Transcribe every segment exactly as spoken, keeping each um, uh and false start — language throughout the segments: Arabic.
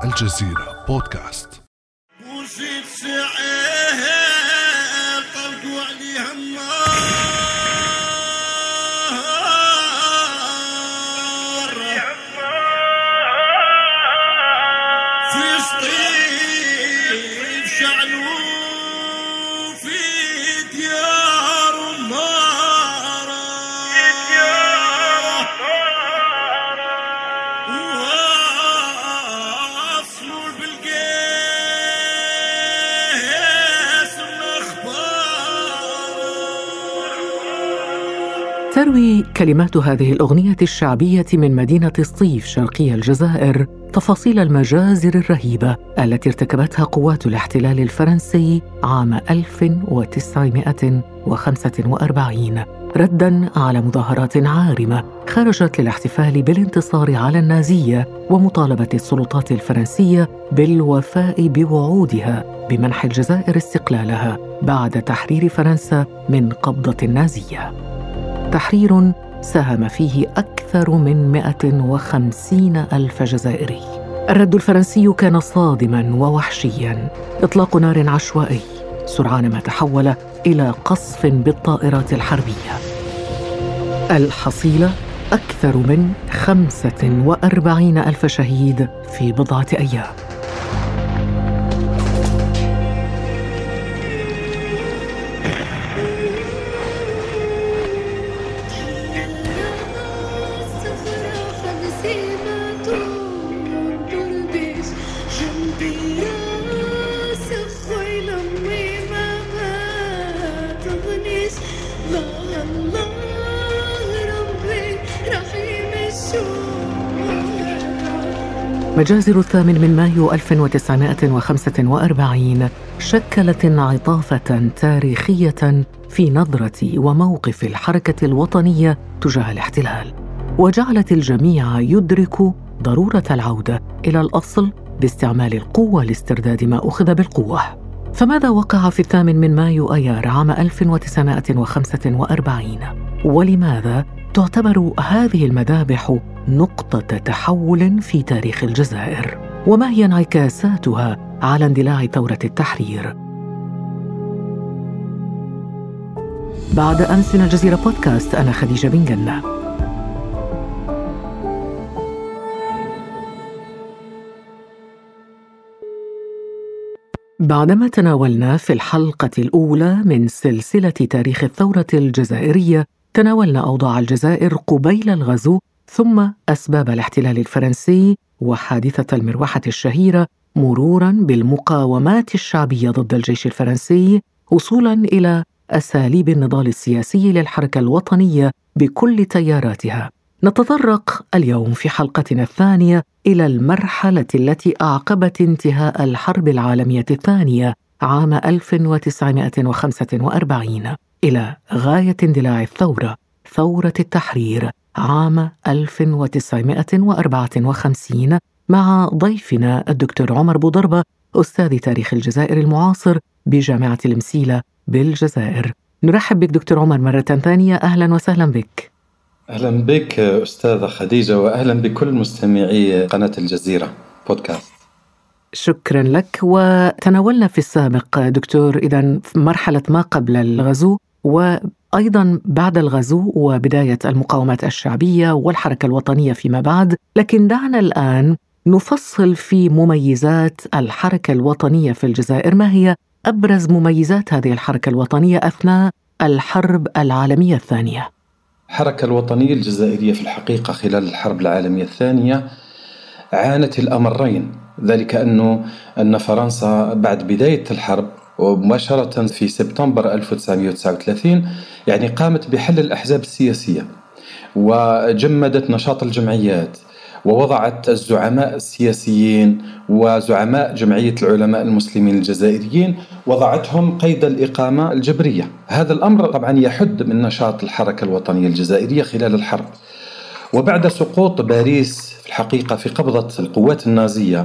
الجزيرة بودكاست. تروي كلمات هذه الأغنية الشعبية من مدينة سطيف شرقي الجزائر تفاصيل المجازر الرهيبة التي ارتكبتها قوات الاحتلال الفرنسي عام ألف وتسعمائة وخمسة وأربعين رداً على مظاهرات عارمة خرجت للاحتفال بالانتصار على النازية ومطالبة السلطات الفرنسية بالوفاء بوعودها بمنح الجزائر استقلالها بعد تحرير فرنسا من قبضة النازية. تحرير ساهم فيه أكثر من مئة وخمسين ألف جزائري. الرد الفرنسي كان صادماً ووحشياً، إطلاق نار عشوائي سرعان ما تحول إلى قصف بالطائرات الحربية. الحصيلة أكثر من خمسة وأربعين ألف شهيد في بضعة أيام. مجازر الثامن من مايو ألف وتسعمائة وخمسة وأربعين شكلت انعطافة تاريخية في نظرة وموقف الحركة الوطنية تجاه الاحتلال، وجعلت الجميع يدرك ضرورة العودة إلى الأصل باستعمال القوة لاسترداد ما أخذ بالقوة. فماذا وقع في الثامن من مايو أيار عام ألف وتسعمائة وخمسة وأربعين؟ ولماذا تعتبر هذه المذابح نقطة تحول في تاريخ الجزائر؟ وما هي انعكاساتها على اندلاع ثورة التحرير؟ بعد أمس من الجزيرة بودكاست، أنا خديجة بن جنة. بعدما تناولنا في الحلقة الأولى من سلسلة تاريخ الثورة الجزائرية، تناولنا أوضاع الجزائر قبيل الغزو ثم أسباب الاحتلال الفرنسي وحادثة المروحة الشهيرة، مروراً بالمقاومات الشعبية ضد الجيش الفرنسي، وصولاً إلى أساليب النضال السياسي للحركة الوطنية بكل تياراتها. نتطرق اليوم في حلقتنا الثانية إلى المرحلة التي أعقبت انتهاء الحرب العالمية الثانية عام ألف وتسعمائة وخمسة وأربعين إلى غاية اندلاع الثورة، ثورة التحرير عام ألف وتسعمائة وأربعة وخمسين، مع ضيفنا الدكتور عمر بوضربة، أستاذ تاريخ الجزائر المعاصر بجامعة المسيلة بالجزائر. نرحب بك دكتور عمر مرة ثانية، أهلا وسهلا بك. أهلا بك أستاذة خديجة، وأهلا بكل مستمعي قناة الجزيرة بودكاست. شكرا لك. وتناولنا في السابق دكتور إذن مرحلة ما قبل الغزو وأيضا بعد الغزو وبداية المقاومات الشعبية والحركة الوطنية فيما بعد، لكن دعنا الآن نفصل في مميزات الحركة الوطنية في الجزائر. ما هي أبرز مميزات هذه الحركة الوطنية أثناء الحرب العالمية الثانية؟ الحركة الوطنية الجزائرية في الحقيقة خلال الحرب العالمية الثانية عانت الأمرين، ذلك أنه أن فرنسا بعد بداية الحرب ومباشرة في سبتمبر ألف وتسعمائة وتسعة وثلاثين يعني قامت بحل الأحزاب السياسية وجمدت نشاط الجمعيات ووضعت الزعماء السياسيين وزعماء جمعية العلماء المسلمين الجزائريين وضعتهم قيد الإقامة الجبرية. هذا الأمر طبعا يحد من نشاط الحركة الوطنية الجزائرية خلال الحرب. وبعد سقوط باريس في الحقيقة في قبضة القوات النازية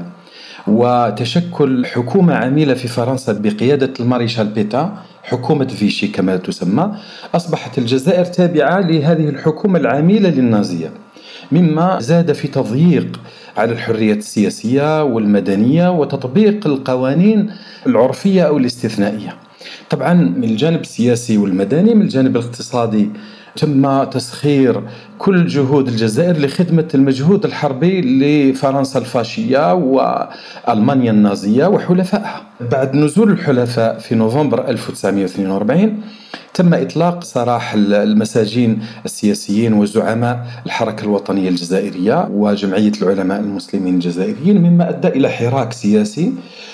وتشكل حكومة عميلة في فرنسا بقيادة الماريشال بيتا، حكومة فيشي كما تسمى، أصبحت الجزائر تابعة لهذه الحكومة العميلة للنازية، مما زاد في تضييق على الحريات السياسية والمدنية وتطبيق القوانين العرفية أو الاستثنائية. طبعا من الجانب السياسي والمدني، من الجانب الاقتصادي تم تسخير كل جهود الجزائر لخدمة المجهود الحربي لفرنسا الفاشية وألمانيا النازية وحلفائها. بعد نزول الحلفاء في نوفمبر ألف وتسعمائة واثنين وأربعين تم إطلاق سراح المساجين السياسيين وزعماء الحركة الوطنية الجزائرية وجمعية العلماء المسلمين الجزائريين، مما أدى إلى حراك سياسي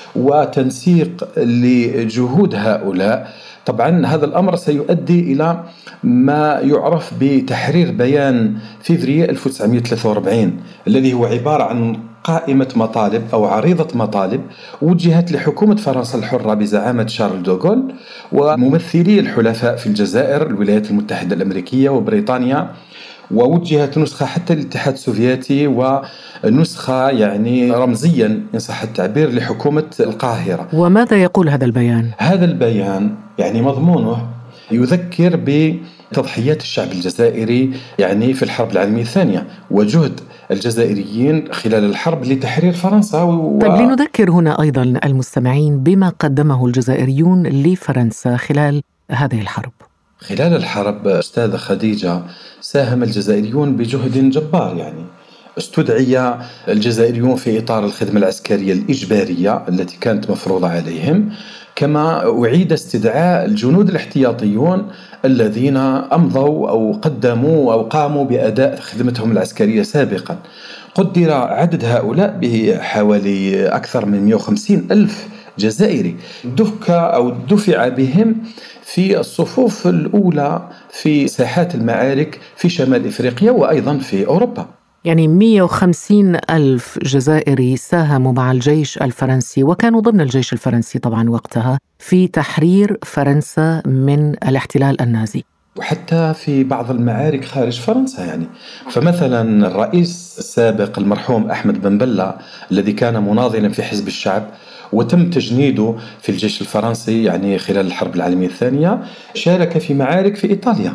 وتنسيق لجهود هؤلاء. طبعا هذا الأمر سيؤدي إلى ما يعرف بتحرير بيان فيفري ألف وتسعمائة وثلاثة وأربعين، الذي هو عبارة عن قائمة مطالب أو عريضة مطالب وجهت لحكومة فرنسا الحرة بزعامة شارل دوغول وممثلي الحلفاء في الجزائر، الولايات المتحدة الأمريكية وبريطانيا، ووجهت نسخة حتى الاتحاد السوفيتي ونسخة يعني رمزيا إن صح التعبير لحكومة القاهرة. وماذا يقول هذا البيان؟ هذا البيان يعني مضمونه يذكر بتضحيات الشعب الجزائري يعني في الحرب العالمية الثانية وجهد الجزائريين خلال الحرب لتحرير فرنسا و... طيب لنذكر هنا أيضا المستمعين بما قدمه الجزائريون لفرنسا خلال هذه الحرب. خلال الحرب أستاذة خديجة ساهم الجزائريون بجهد جبار، يعني استدعي الجزائريون في إطار الخدمة العسكرية الإجبارية التي كانت مفروضة عليهم، كما أعيد استدعاء الجنود الاحتياطيون الذين أمضوا أو قدموا أو قاموا بأداء خدمتهم العسكرية سابقا. قدر عدد هؤلاء بحوالي أكثر من مئة وخمسين ألف جزائري دفك أو دفع بهم في الصفوف الأولى في ساحات المعارك في شمال إفريقيا وأيضا في أوروبا. يعني مئة وخمسين ألف جزائري ساهموا مع الجيش الفرنسي وكانوا ضمن الجيش الفرنسي طبعا وقتها في تحرير فرنسا من الاحتلال النازي، وحتى في بعض المعارك خارج فرنسا. يعني فمثلا الرئيس السابق المرحوم أحمد بن بلة الذي كان مناضلا في حزب الشعب وتم تجنيده في الجيش الفرنسي يعني خلال الحرب العالمية الثانية، شارك في معارك في إيطاليا،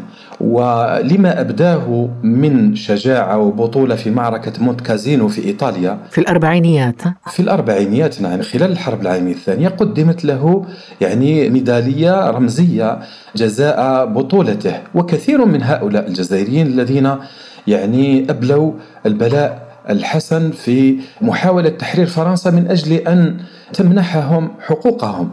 ولما أبداه من شجاعة وبطولة في معركة مونت كازينو في إيطاليا في الأربعينيات في الأربعينيات نعم خلال الحرب العالمية الثانية، قدمت له يعني ميدالية رمزية جزاء بطولته. وكثير من هؤلاء الجزائريين الذين يعني أبلوا البلاء الحسن في محاولة تحرير فرنسا من أجل أن تمنحهم حقوقهم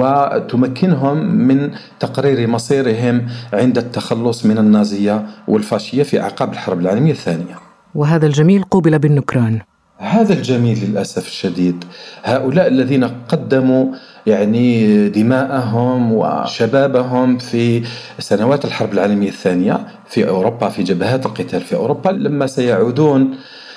وتمكنهم من تقرير مصيرهم عند التخلص من النازية والفاشية في أعقاب الحرب العالمية الثانية. وهذا الجميل قوبل بالنكران. هذا الجميل للأسف الشديد، هؤلاء الذين قدموا يعني دماءهم وشبابهم في سنوات الحرب العالمية الثانية في أوروبا في جبهات القتال في أوروبا، لما سيعودون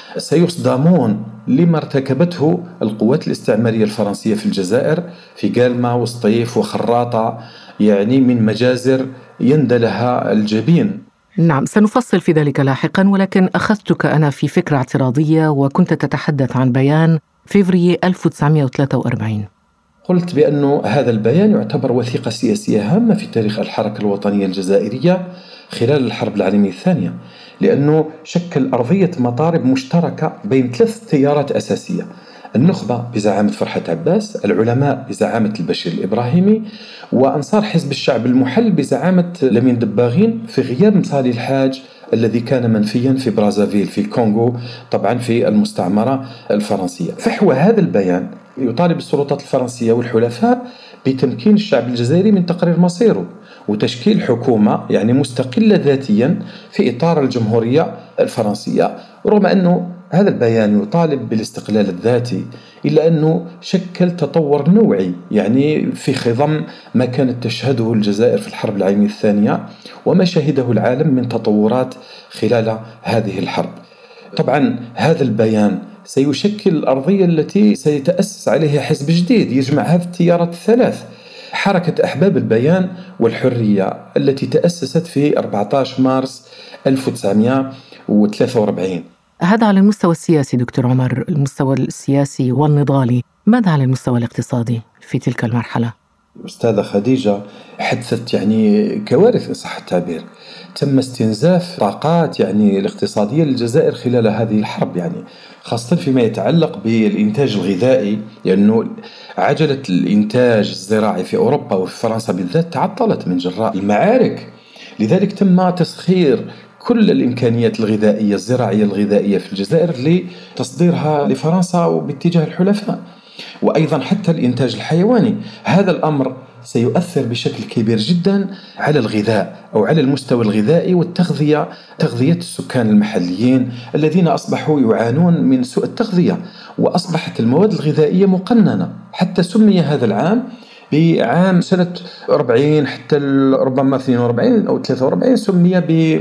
سيصدمون لما ارتكبته القوات الاستعمارية الفرنسية في الجزائر في قالمة وسطيف وخراطة، يعني من مجازر يندى لها الجبين. نعم سنفصل في ذلك لاحقا، ولكن أخذتك أنا في فكرة اعتراضية وكنت تتحدث عن بيان فيفري ألف وتسعمائة وثلاثة وأربعين. قلت بأن هذا البيان يعتبر وثيقة سياسية هامة في تاريخ الحركة الوطنية الجزائرية خلال الحرب العالمية الثانية، لأنه شكل أرضية مطارب مشتركة بين ثلاث تيارات أساسية: النخبة بزعامة فرحات عباس، العلماء بزعامة البشير الإبراهيمي، وأنصار حزب الشعب المحل بزعامة لمين دباغين في غياب مصالي الحاج الذي كان منفيا في برازافيل في الكونغو، طبعا في المستعمرة الفرنسية. فحوى هذا البيان يطالب السلطات الفرنسية والحلفاء بتمكين الشعب الجزائري من تقرير مصيره وتشكيل حكومة يعني مستقلة ذاتيا في إطار الجمهورية الفرنسية. رغم أنه هذا البيان يطالب بالاستقلال الذاتي، إلا أنه شكل تطور نوعي يعني في خضم ما كانت تشهده الجزائر في الحرب العالمية الثانية وما شهده العالم من تطورات خلال هذه الحرب. طبعا هذا البيان سيشكل الأرضية التي سيتأسس عليها حزب جديد يجمع هذه التيارات الثلاث: حركة أحباب البيان والحرية التي تأسست في أربعة عشر مارس ألف وتسعمائة وثلاثة وأربعين. هذا على المستوى السياسي دكتور عمر، المستوى السياسي والنضالي. ماذا على المستوى الاقتصادي في تلك المرحلة؟ أستاذة خديجة، حدثت يعني كوارث إن صح التعبير. تم استنزاف طاقات يعني الاقتصادية للجزائر خلال هذه الحرب. يعني خاصة فيما يتعلق بالإنتاج الغذائي، لأنه عجلة الإنتاج الزراعي في أوروبا وفي فرنسا بالذات تعطلت من جراء المعارك. لذلك تم تسخير كل الإمكانيات الغذائية الزراعية الغذائية في الجزائر لتصديرها لفرنسا وباتجاه الحلفاء، وأيضا حتى الإنتاج الحيواني. هذا الأمر سيؤثر بشكل كبير جدا على الغذاء أو على المستوى الغذائي والتغذية، تغذية السكان المحليين الذين أصبحوا يعانون من سوء التغذية، وأصبحت المواد الغذائية مقننة. حتى سمي هذا العام بعام سنة أربعين حتى ربما اثنين وأربعين أو ثلاثة وأربعين سمي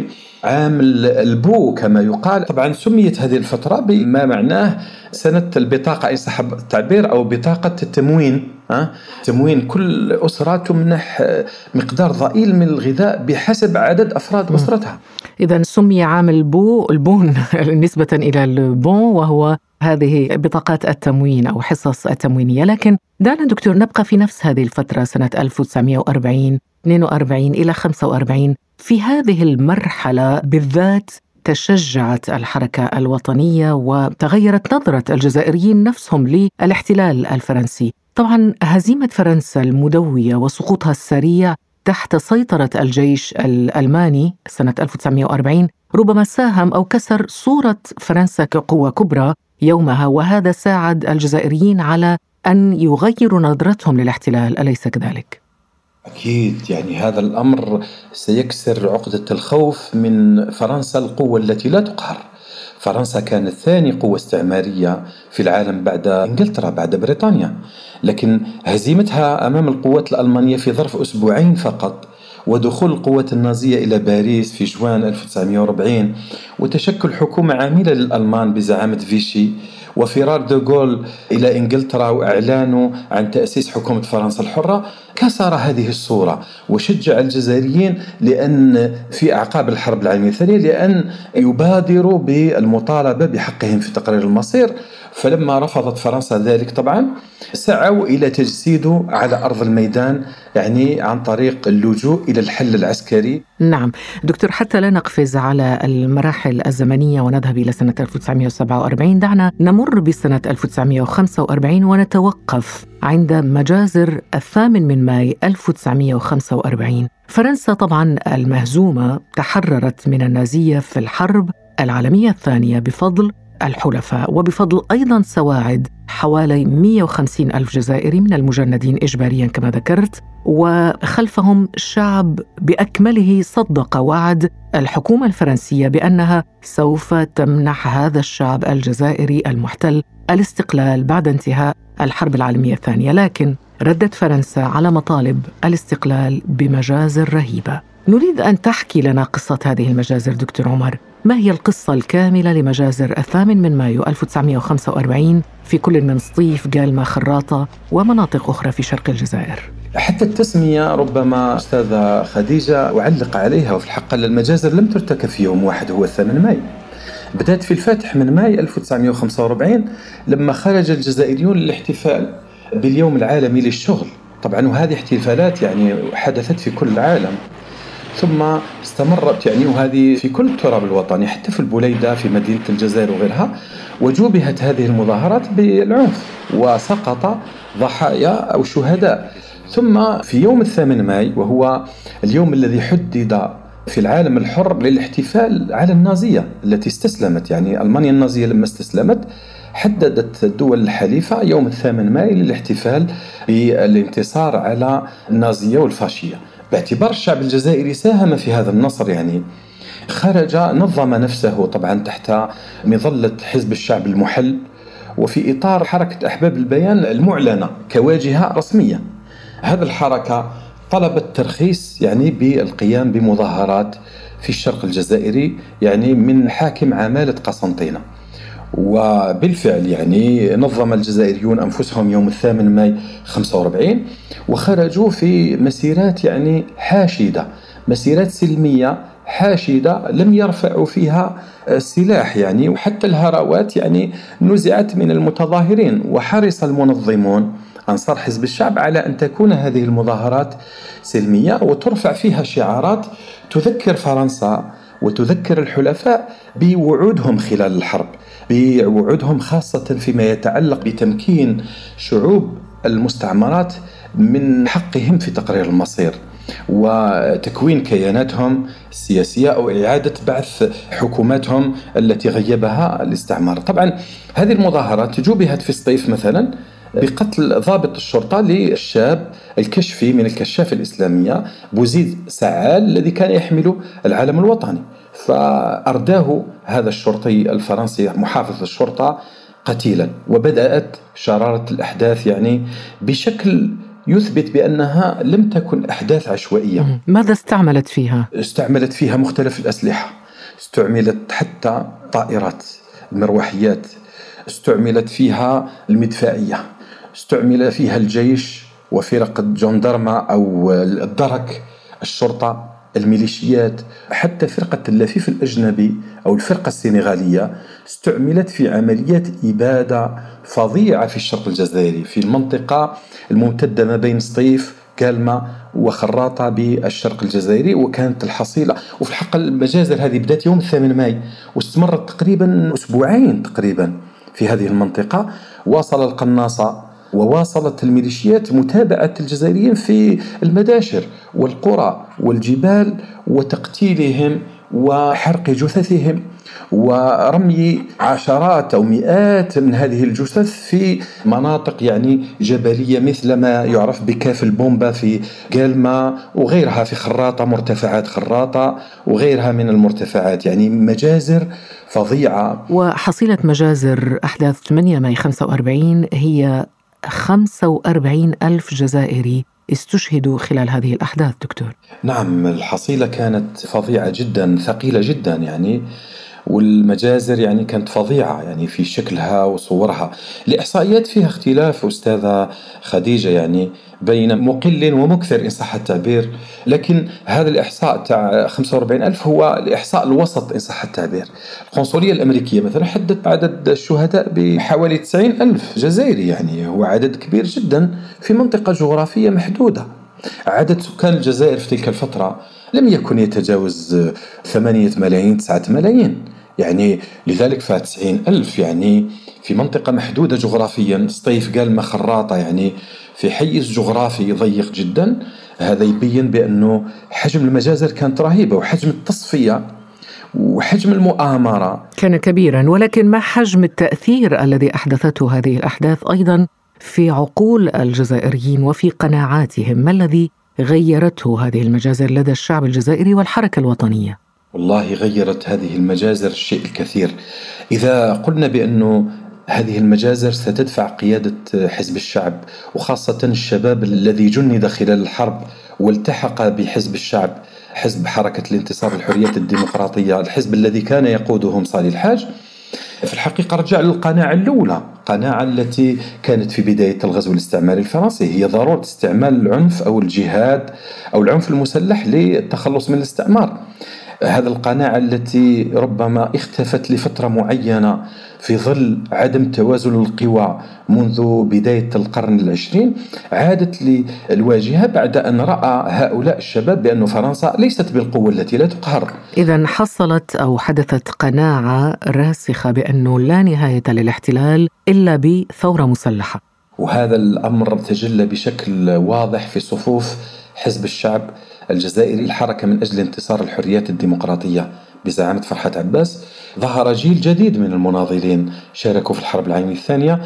بعام البو كما يقال. طبعا سميت هذه الفترة بما معناه سنة البطاقة إن صح التعبير، أو بطاقة التموين. أه؟ تموين كل أسرة تمنح مقدار ضئيل من الغذاء بحسب عدد أفراد أسرتها. إذن سمي عام البو البون نسبة إلى البون، وهو هذه بطاقات التموين أو حصص التموينية. لكن دعنا دكتور نبقى في نفس هذه الفترة سنة ألف وتسعمائة وأربعين اثنين وأربعين إلى خمسة وأربعين. في هذه المرحلة بالذات تشجعت الحركة الوطنية وتغيرت نظرة الجزائريين نفسهم للاحتلال الفرنسي. طبعا هزيمة فرنسا المدوية وسقوطها السريع تحت سيطرة الجيش الألماني سنة ألف وتسعمائة وأربعين ربما ساهم أو كسر صورة فرنسا كقوة كبرى يومها، وهذا ساعد الجزائريين على أن يغيروا نظرتهم للاحتلال، أليس كذلك؟ أكيد، يعني هذا الأمر سيكسر عقدة الخوف من فرنسا القوة التي لا تقهر. فرنسا كانت ثاني قوة استعمارية في العالم بعد إنجلترا، بعد بريطانيا، لكن هزيمتها أمام القوات الألمانية في ظرف أسبوعين فقط، ودخول القوات النازية إلى باريس في جوان ألف وتسعمائة وأربعين، وتشكل حكومة عاملة للألمان بزعامة فيشي، وفرار دوغول إلى إنجلترا وإعلانه عن تأسيس حكومة فرنسا الحرة، كسر هذه الصورة وشجع الجزائريين لأن في أعقاب الحرب العالمية الثانية لأن يبادروا بالمطالبة بحقهم في تقرير المصير. فلما رفضت فرنسا ذلك طبعا سعوا إلى تجسيده على أرض الميدان، يعني عن طريق اللجوء إلى الحل العسكري. نعم دكتور، حتى لا نقفز على المراحل الزمنية ونذهب إلى سنة ألف وتسعمائة وسبعة وأربعين، دعنا نمر بسنة ألف وتسعمائة وخمسة وأربعين ونتوقف عند مجازر الثامن من ماي ألف وتسعمائة وخمسة وأربعين. فرنسا طبعا المهزومة تحررت من النازية في الحرب العالمية الثانية بفضل الحلفاء وبفضل أيضا سواعد حوالي مئة وخمسين ألف جزائري من المجندين إجباريا كما ذكرت، وخلفهم شعب بأكمله صدق وعد الحكومة الفرنسية بأنها سوف تمنح هذا الشعب الجزائري المحتل الاستقلال بعد انتهاء الحرب العالمية الثانية. لكن ردت فرنسا على مطالب الاستقلال بمجازر رهيبة. نريد أن تحكي لنا قصة هذه المجازر دكتور عمر. ما هي القصة الكاملة لمجازر الثامن من مايو ألف وتسعمائة وخمسة وأربعين في كل من سطيف، قالما، خراطة ومناطق أخرى في شرق الجزائر؟ حتى التسمية ربما أستاذة خديجة أعلق عليها، وفي الحقيقة المجازر لم ترتكب في يوم واحد هو الثامن ماي. بدأت في الفاتح من ماي ألف وتسعمائة وخمسة وأربعين لما خرج الجزائريون للاحتفال باليوم العالمي للشغل. طبعا وهذه احتفالات يعني حدثت في كل العالم، ثم استمرت يعني وهذه في كل التراب الوطني حتى في البوليدة في مدينة الجزائر وغيرها، وجوبهت هذه المظاهرات بالعنف وسقط ضحايا أو شهداء. ثم في يوم الثامن ماي وهو اليوم الذي حدد في العالم الحر للاحتفال على النازية التي استسلمت، يعني ألمانيا النازية لما استسلمت حددت الدول الحليفة يوم الثامن ماي للاحتفال بالانتصار على النازية والفاشية. باعتبار الشعب الجزائري ساهم في هذا النصر، يعني خرج نظم نفسه طبعا تحت مظلة حزب الشعب المحل وفي إطار حركة أحباب البيان المعلنة كواجهة رسمية. هذه الحركة طلبت ترخيص يعني بالقيام بمظاهرات في الشرق الجزائري يعني من حاكم عمالة قسنطينة، وبالفعل يعني نظم الجزائريون أنفسهم يوم الثامن ماي خمسة وأربعين وخرجوا في مسيرات يعني حاشدة، مسيرات سلمية حاشدة لم يرفعوا فيها السلاح يعني، وحتى الهراوات يعني نزعت من المتظاهرين. وحرص المنظمون أنصار حزب الشعب على أن تكون هذه المظاهرات سلمية وترفع فيها شعارات تذكر فرنسا وتذكر الحلفاء بوعودهم خلال الحرب. بوعودهم، خاصة فيما يتعلق بتمكين شعوب المستعمرات من حقهم في تقرير المصير وتكوين كياناتهم السياسية أو إعادة بعث حكوماتهم التي غيبها الاستعمار. طبعا هذه المظاهرات جوبهت في الصيف مثلا بقتل ضابط الشرطة للشاب الكشفي من الكشافة الإسلامية بوزيد سعال الذي كان يحمل العلم الوطني، فأرداه هذا الشرطي الفرنسي محافظ الشرطة قتيلا. وبدأت شرارة الأحداث يعني بشكل يثبت بأنها لم تكن أحداث عشوائية. ماذا استعملت فيها؟ استعملت فيها مختلف الأسلحة، استعملت حتى طائرات المروحيات، استعملت فيها المدفعية، استعمل فيها الجيش وفرق الجندرمة أو الدرك، الشرطة، الميليشيات، حتى فرقة اللفيف الأجنبي أو الفرقة السنغالية استعملت في عمليات إبادة فظيعة في الشرق الجزائري في المنطقة الممتدة ما بين سطيف كالما وخراطة بالشرق الجزائري. وكانت الحصيلة وفي الحقيقة المجازر هذه بدأت يوم الثامن ماي واستمرت تقريبا أسبوعين تقريبا في هذه المنطقة. واصل القناصة وواصلت الميليشيات متابعة الجزائريين في المداشر والقرى والجبال وتقتيلهم وحرق جثثهم ورمي عشرات أو مئات من هذه الجثث في مناطق يعني جبلية مثل ما يعرف بكاف البومبا في قالما وغيرها في خراطة، مرتفعات خراطة وغيرها من المرتفعات، يعني مجازر فظيعة. وحصيلة مجازر أحداث ثمانية ماي خمسة وأربعين هي خمسة وأربعين ألف جزائري استشهدوا خلال هذه الأحداث دكتور. نعم، الحصيلة كانت فظيعة جدا، ثقيلة جدا يعني، والمجازر يعني كانت فظيعة يعني في شكلها وصورها. الإحصائيات فيها اختلاف أستاذة خديجة يعني بين مقل ومكثر إن صح التعبير، لكن هذا الإحصاء تاع خمسة وأربعين ألف هو الإحصاء الوسط إن صح التعبير. القنصلية الأمريكية مثلا حددت عدد الشهداء بحوالي تسعين ألف جزائري، يعني هو عدد كبير جدا في منطقة جغرافية محدودة. عدد سكان الجزائر في تلك الفترة لم يكن يتجاوز ثمانية ملايين تسعة ملايين، يعني لذلك فتسعين ألف يعني في منطقة محدودة جغرافيا، سطيف قالما خراطة يعني في حيز جغرافي ضيق جدا. هذا يبين بأنه حجم المجازر كانت رهيبة وحجم التصفية وحجم المؤامرة كان كبيرا. ولكن ما حجم التأثير الذي أحدثته هذه الأحداث أيضا في عقول الجزائريين وفي قناعاتهم؟ ما الذي غيرته هذه المجازر لدى الشعب الجزائري والحركة الوطنية؟ والله غيرت هذه المجازر الشيء الكثير. إذا قلنا بأنه هذه المجازر ستدفع قيادة حزب الشعب وخاصة الشباب الذي جند خلال الحرب والتحق بحزب الشعب، حزب حركة الانتصار الحريات الديمقراطية، الحزب الذي كان يقوده مصالي الحاج، في الحقيقة رجع للقناعة الأولى، قناعة التي كانت في بداية الغزو الاستعماري الفرنسي، هي ضرورة استعمال العنف أو الجهاد أو العنف المسلح للتخلص من الاستعمار. هذا القناعة التي ربما اختفت لفترة معينة في ظل عدم توازن القوى منذ بداية القرن العشرين، عادت للواجهة بعد أن رأى هؤلاء الشباب بأن فرنسا ليست بالقوة التي لا تقهر. إذن حصلت أو حدثت قناعة راسخة بأنه لا نهاية للاحتلال إلا بثورة مسلحة، وهذا الأمر تجلى بشكل واضح في صفوف حزب الشعب الجزائري، الحركة من أجل انتصار الحريات الديمقراطية بزعامة فرحات عباس. ظهر جيل جديد من المناضلين شاركوا في الحرب العالمية الثانية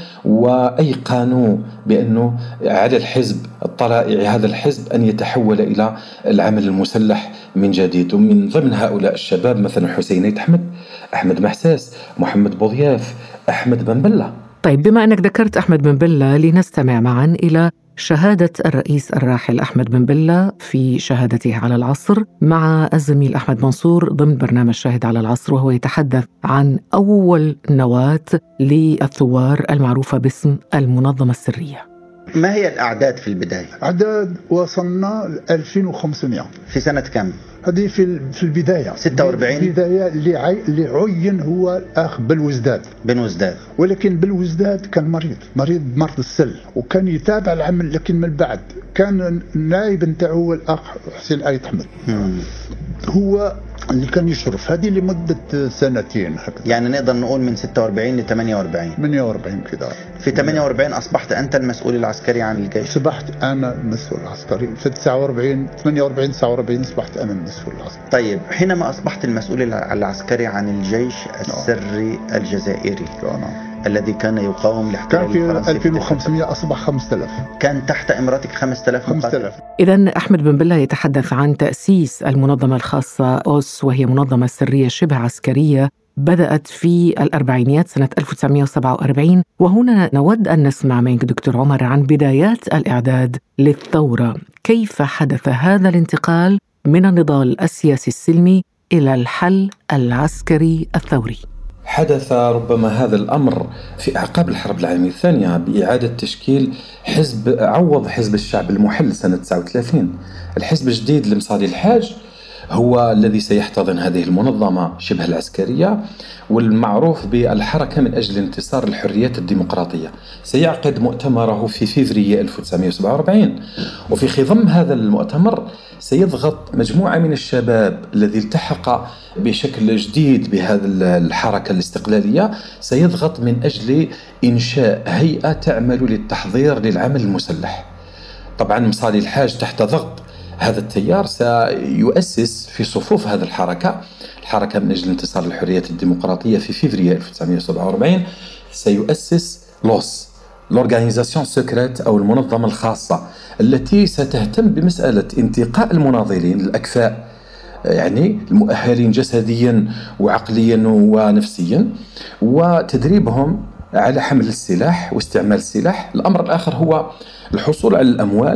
وأيقنوا بأنه على الحزب الطلائعي هذا الحزب أن يتحول إلى العمل المسلح من جديد. ومن ضمن هؤلاء الشباب مثلا حسينية أحمد، أحمد محساس، محمد بوضياف، أحمد بن بلة. طيب، بما أنك ذكرت أحمد بن بلة لنستمع معا إلى شهادة الرئيس الراحل أحمد بن بلة في شهادته على العصر مع الزميل أحمد منصور ضمن برنامج شاهد على العصر، وهو يتحدث عن أول نواة للثوار المعروفة باسم المنظمة السرية. ما هي الأعداد في البداية؟ أعداد وصلنا ل ألفين وخمسمائة. في سنة كم؟ هذه في في البداية ستة وأربعين. في البداية اللي عي... اللي عين هو الأخ بلوزداد بن وزداد، ولكن بلوزداد كان مريض مريض مرض السل وكان يتابع العمل، لكن من بعد كان النائب نتاعو هو الأخ حسين آيت أحمد. هو اللي كان يشرف هذه لمدة سنتين هكذا. يعني نقدر نقول من ستة وأربعين ل ثمانية وأربعين. ثمانية وأربعين كده. في ثمانية وأربعين أصبحت أنت المسؤول العسكري عن الجيش. أصبحت أنا المسؤول العسكري. في تسعة وأربعين ثمانية وأربعين تسعة وأربعين أصبحت أنا المسؤول العسكري. طيب حينما أصبحت المسؤول العسكري عن الجيش السري الجزائري نعم. الذي كان يقاوم الاحتلال الفرنسي، كان في ألفين وخمسمائة أصبح خمسة آلاف. كان تحت إمرتك خمسة آلاف مقاتل. إذن أحمد بن بلة يتحدث عن تأسيس المنظمة الخاصة أوس، وهي منظمة سرية شبه عسكرية بدأت في الأربعينيات سنة ألف وتسعمائة وسبعة وأربعين. وهنا نود أن نسمع منك دكتور عمر عن بدايات الإعداد للثورة. كيف حدث هذا الانتقال من النضال السياسي السلمي إلى الحل العسكري الثوري؟ حدث ربما هذا الأمر في أعقاب الحرب العالمية الثانية بإعادة تشكيل حزب عوض حزب الشعب المحل سنة تسعة وثلاثين. الحزب الجديد لمصالي الحاج هو الذي سيحتضن هذه المنظمة شبه العسكرية والمعروف بالحركة من أجل انتصار الحريات الديمقراطية. سيعقد مؤتمره في فبراير ألف وتسعمائة وسبعة وأربعين، وفي خضم هذا المؤتمر سيضغط مجموعة من الشباب الذي التحق بشكل جديد بهذه الحركة الاستقلالية، سيضغط من أجل إنشاء هيئة تعمل للتحضير للعمل المسلح. طبعا مصالي الحاج تحت ضغط هذا التيار سيؤسس في صفوف هذه الحركة الحركة من أجل انتصار الحريات الديمقراطية في فبراير ألف وتسعمائة وسبعة وأربعين، سيؤسس لوس l'organisation secrète أو المنظمة الخاصة التي ستهتم بمسألة انتقاء المناضلين الأكفاء، يعني المؤهلين جسديا وعقليا ونفسيا، وتدريبهم على حمل السلاح واستعمال السلاح. الأمر الآخر هو الحصول على الأموال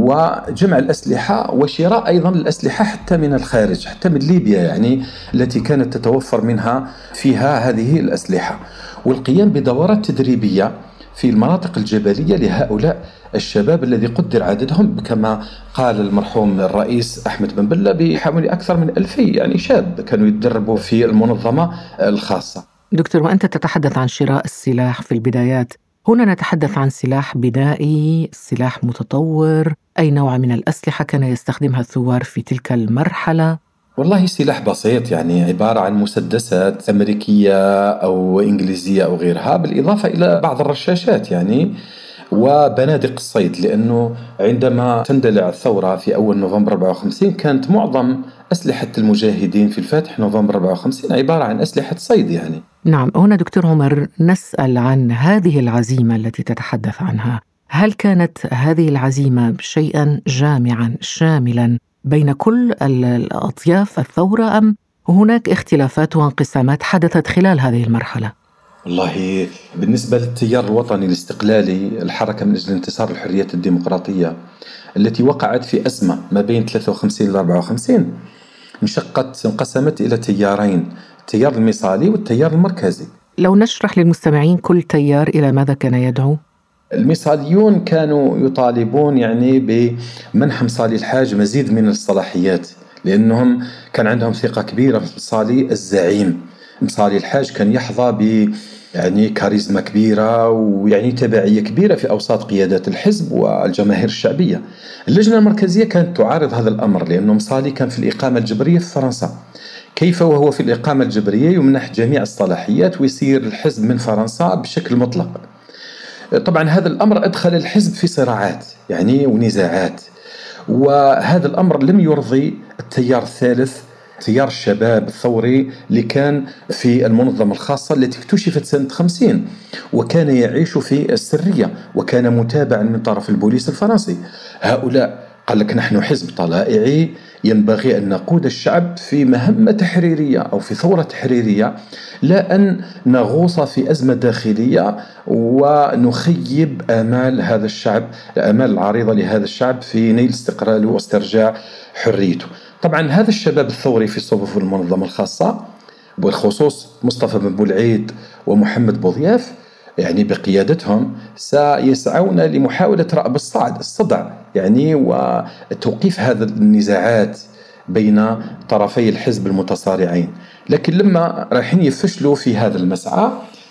وجمع الأسلحة وشراء أيضا الأسلحة حتى من الخارج، حتى من ليبيا يعني التي كانت تتوفر منها فيها هذه الأسلحة، والقيام بدورات تدريبية في المناطق الجبلية لهؤلاء الشباب الذي قدر عددهم كما قال المرحوم الرئيس أحمد بن بلة بحوالي أكثر من ألفي يعني شاب كانوا يتدربوا في المنظمة الخاصة. دكتور، وأنت تتحدث عن شراء السلاح في البدايات، هنا نتحدث عن سلاح بدائي، سلاح متطور، أي نوع من الأسلحة كان يستخدمها الثوار في تلك المرحلة؟ والله سلاح بسيط، يعني عبارة عن مسدسات أمريكية أو إنجليزية أو غيرها، بالإضافة إلى بعض الرشاشات يعني وبنادق الصيد، لأنه عندما تندلع الثورة في أول نوفمبر أربعة وخمسين كانت معظم أسلحة المجاهدين في الفاتح نوفمبر أربعة وخمسين عبارة عن أسلحة صيد يعني. نعم، هنا دكتور عمر نسأل عن هذه العزيمة التي تتحدث عنها. هل كانت هذه العزيمة شيئا جامعا شاملا بين كل الأطياف الثورة، أم هناك اختلافات وانقسامات حدثت خلال هذه المرحلة؟ والله بالنسبة للتيار الوطني الاستقلالي، الحركة من أجل انتصار الحريات الديمقراطية التي وقعت في أزمة ما بين ثلاثة وخمسين إلى أربعة وخمسين، انشقت انقسمت إلى تيارين، التيار المصالي والتيار المركزي. لو نشرح للمستمعين كل تيار إلى ماذا كان يدعو؟ المصاليون كانوا يطالبون يعني بمنح مصالي الحاج مزيد من الصلاحيات، لأنهم كان عندهم ثقة كبيرة في مصالي الزعيم. مصالي الحاج كان يحظى ب يعني كاريزما كبيرة ويعني تبعية كبيرة في أوساط قيادات الحزب والجماهير الشعبية. اللجنة المركزية كانت تعارض هذا الأمر، لأنه مصالي كان في الإقامة الجبرية في فرنسا. كيف وهو في الإقامة الجبرية يمنح جميع الصلاحيات ويسير الحزب من فرنسا بشكل مطلق؟ طبعا هذا الأمر أدخل الحزب في صراعات يعني ونزاعات، وهذا الأمر لم يرضي التيار الثالث، تيار الشباب الثوري اللي كان في المنظمة الخاصة التي اكتشفت سنة خمسين، وكان يعيش في السرية وكان متابعا من طرف البوليس الفرنسي. هؤلاء قال لك نحن حزب طلائعي ينبغي أن نقود الشعب في مهمة تحريرية أو في ثورة تحريرية، لا أن نغوص في أزمة داخلية ونخيب آمال هذا الشعب، الآمال العريضة لهذا الشعب في نيل استقلاله واسترجاع حريته. طبعا هذا الشباب الثوري في صفوف المنظمة الخاصة بالخصوص مصطفى بن بولعيد ومحمد بوضياف يعني بقيادتهم سيسعون لمحاولة رأب الصعد الصدع يعني وتوقيف هذا النزاعات بين طرفي الحزب المتصارعين. لكن لما رايحين يفشلوا في هذا المسعى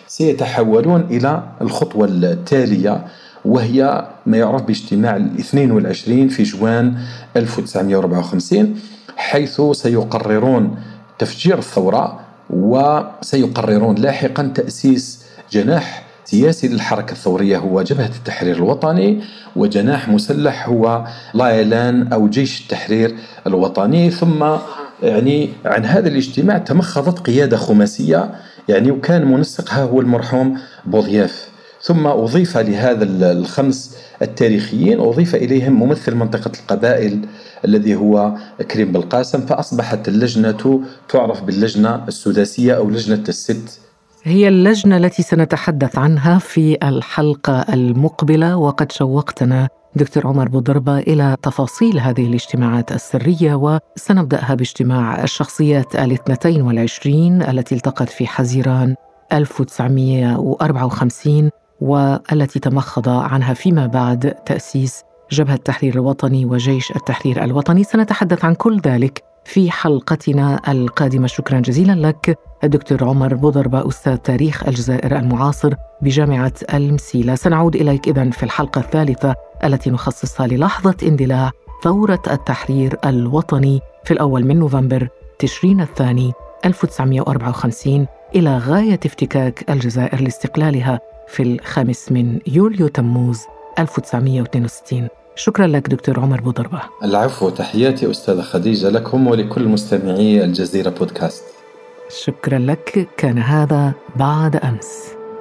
سيتحولون إلى الخطوة التالية، وهي ما يعرف باجتماع الاثنين والعشرين في جوان ألف وتسعمائة وأربعة وخمسين، حيث سيقررون تفجير الثورة، وسيقررون لاحقا تأسيس جناح سياسي للحركة الثورية هو جبهة التحرير الوطني، وجناح مسلح هو لايلان أو جيش التحرير الوطني. ثم يعني عن هذا الاجتماع تمخضت قيادة خماسية يعني، وكان منسقها هو المرحوم بوضياف. ثم أضيف لهذا الخمس التاريخيين أضيف إليهم ممثل منطقة القبائل الذي هو كريم بالقاسم، فأصبحت اللجنة تعرف باللجنة السداسية أو لجنة الست. هي اللجنة التي سنتحدث عنها في الحلقة المقبلة، وقد شوقتنا دكتور عمر بوضربة إلى تفاصيل هذه الاجتماعات السرية، وسنبدأها باجتماع الشخصيات الاثنتين والعشرين التي التقت في حزيران ألف وتسعمائة وأربعة وخمسين، والتي تمخض عنها فيما بعد تأسيس جبهة التحرير الوطني وجيش التحرير الوطني. سنتحدث عن كل ذلك في حلقتنا القادمة. شكرا جزيلا لك الدكتور عمر بوضربة، أستاذ تاريخ الجزائر المعاصر بجامعة المسيلة. سنعود إليك إذن في الحلقة الثالثة التي نخصصها للحظة اندلاع ثورة التحرير الوطني في الأول من نوفمبر تشرين الثاني ألف وتسعمائة وأربعة وخمسين إلى غاية افتكاك الجزائر لاستقلالها في الخامس من يوليو تموز ألف وتسعمائة واثنين وستين. شكرا لك دكتور عمر بوضربة. العفو، تحياتي أستاذة خديجة لكم ولكل مستمعي الجزيرة بودكاست. شكرا لك. كان هذا بعد أمس.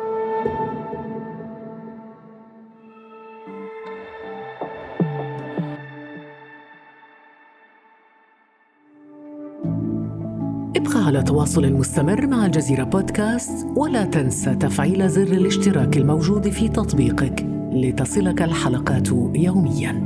ابقى على تواصل مستمر مع الجزيرة بودكاست، ولا تنسى تفعيل زر الاشتراك الموجود في تطبيقك لتصلك الحلقات يومياً.